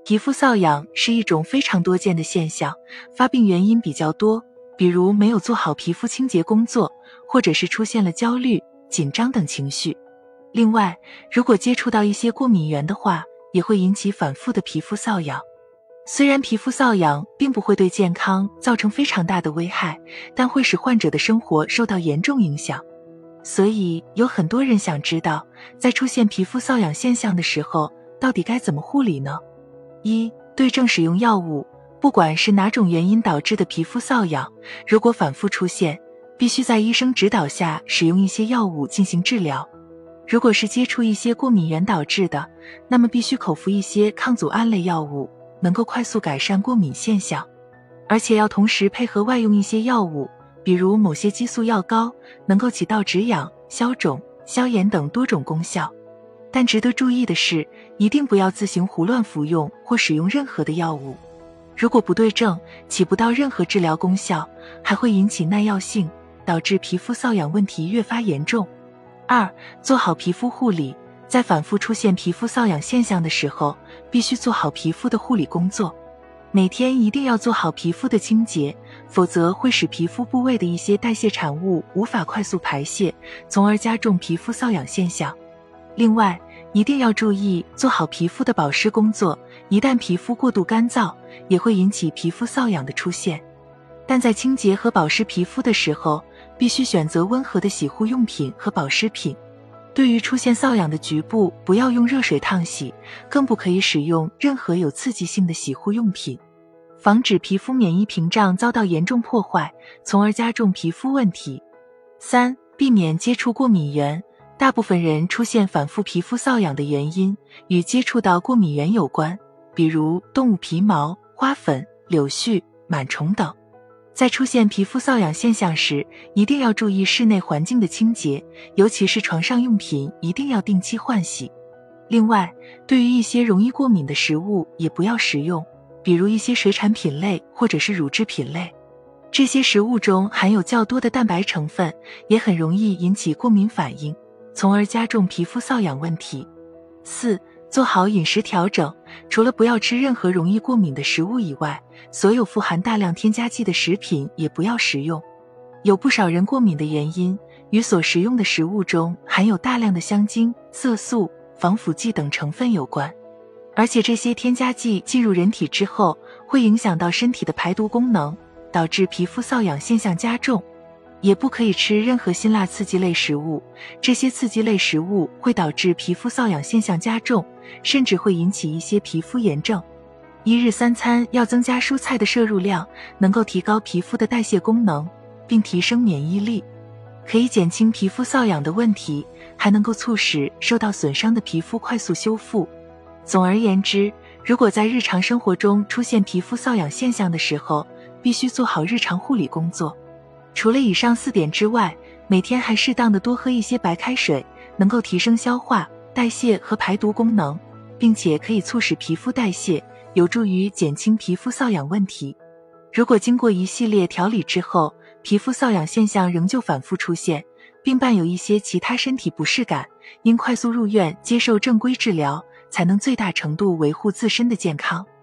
皮肤瘙痒是一种非常多见的现象，发病原因比较多，比如没有做好皮肤清洁工作，或者是出现了焦虑、紧张等情绪。另外，如果接触到一些过敏源的话，也会引起反复的皮肤瘙痒。虽然皮肤瘙痒并不会对健康造成非常大的危害，但会使患者的生活受到严重影响。所以有很多人想知道，在出现皮肤瘙痒现象的时候，到底该怎么护理呢？一、对症使用药物。不管是哪种原因导致的皮肤瘙痒，如果反复出现，必须在医生指导下使用一些药物进行治疗。如果是接触一些过敏源导致的，那么必须口服一些抗组胺类药物，能够快速改善过敏现象，而且要同时配合外用一些药物，比如某些激素药膏，能够起到止痒、消肿、消炎等多种功效。但值得注意的是，一定不要自行胡乱服用或使用任何的药物。如果不对症，起不到任何治疗功效，还会引起耐药性，导致皮肤瘙痒问题越发严重。二、做好皮肤护理。在反复出现皮肤瘙痒现象的时候，必须做好皮肤的护理工作。每天一定要做好皮肤的清洁，否则会使皮肤部位的一些代谢产物无法快速排泄，从而加重皮肤瘙痒现象。另外，一定要注意做好皮肤的保湿工作，一旦皮肤过度干燥，也会引起皮肤瘙痒的出现。但在清洁和保湿皮肤的时候，必须选择温和的洗护用品和保湿品。对于出现瘙痒的局部，不要用热水烫洗，更不可以使用任何有刺激性的洗护用品，防止皮肤免疫屏障遭到严重破坏，从而加重皮肤问题。三、避免接触过敏源。大部分人出现反复皮肤瘙痒的原因与接触到过敏源有关，比如动物皮毛、花粉、柳絮、螨虫等。在出现皮肤瘙痒现象时，一定要注意室内环境的清洁，尤其是床上用品一定要定期换洗。另外，对于一些容易过敏的食物也不要食用，比如一些水产品类或者是乳制品类。这些食物中含有较多的蛋白成分，也很容易引起过敏反应，从而加重皮肤瘙痒问题。四、做好饮食调整。除了不要吃任何容易过敏的食物以外，所有富含大量添加剂的食品也不要食用。有不少人过敏的原因与所食用的食物中含有大量的香精、色素、防腐剂等成分有关，而且这些添加剂进入人体之后，会影响到身体的排毒功能，导致皮肤瘙痒现象加重。也不可以吃任何辛辣刺激类食物，这些刺激类食物会导致皮肤瘙痒现象加重，甚至会引起一些皮肤炎症。一日三餐要增加蔬菜的摄入量，能够提高皮肤的代谢功能，并提升免疫力，可以减轻皮肤瘙痒的问题，还能够促使受到损伤的皮肤快速修复。总而言之，如果在日常生活中出现皮肤瘙痒现象的时候，必须做好日常护理工作。除了以上4点之外，每天还适当的多喝一些白开水，能够提升消化、代谢和排毒功能，并且可以促使皮肤代谢，有助于减轻皮肤瘙痒问题。如果经过一系列调理之后，皮肤瘙痒现象仍旧反复出现，并伴有一些其他身体不适感，应快速入院接受正规治疗，才能最大程度维护自身的健康。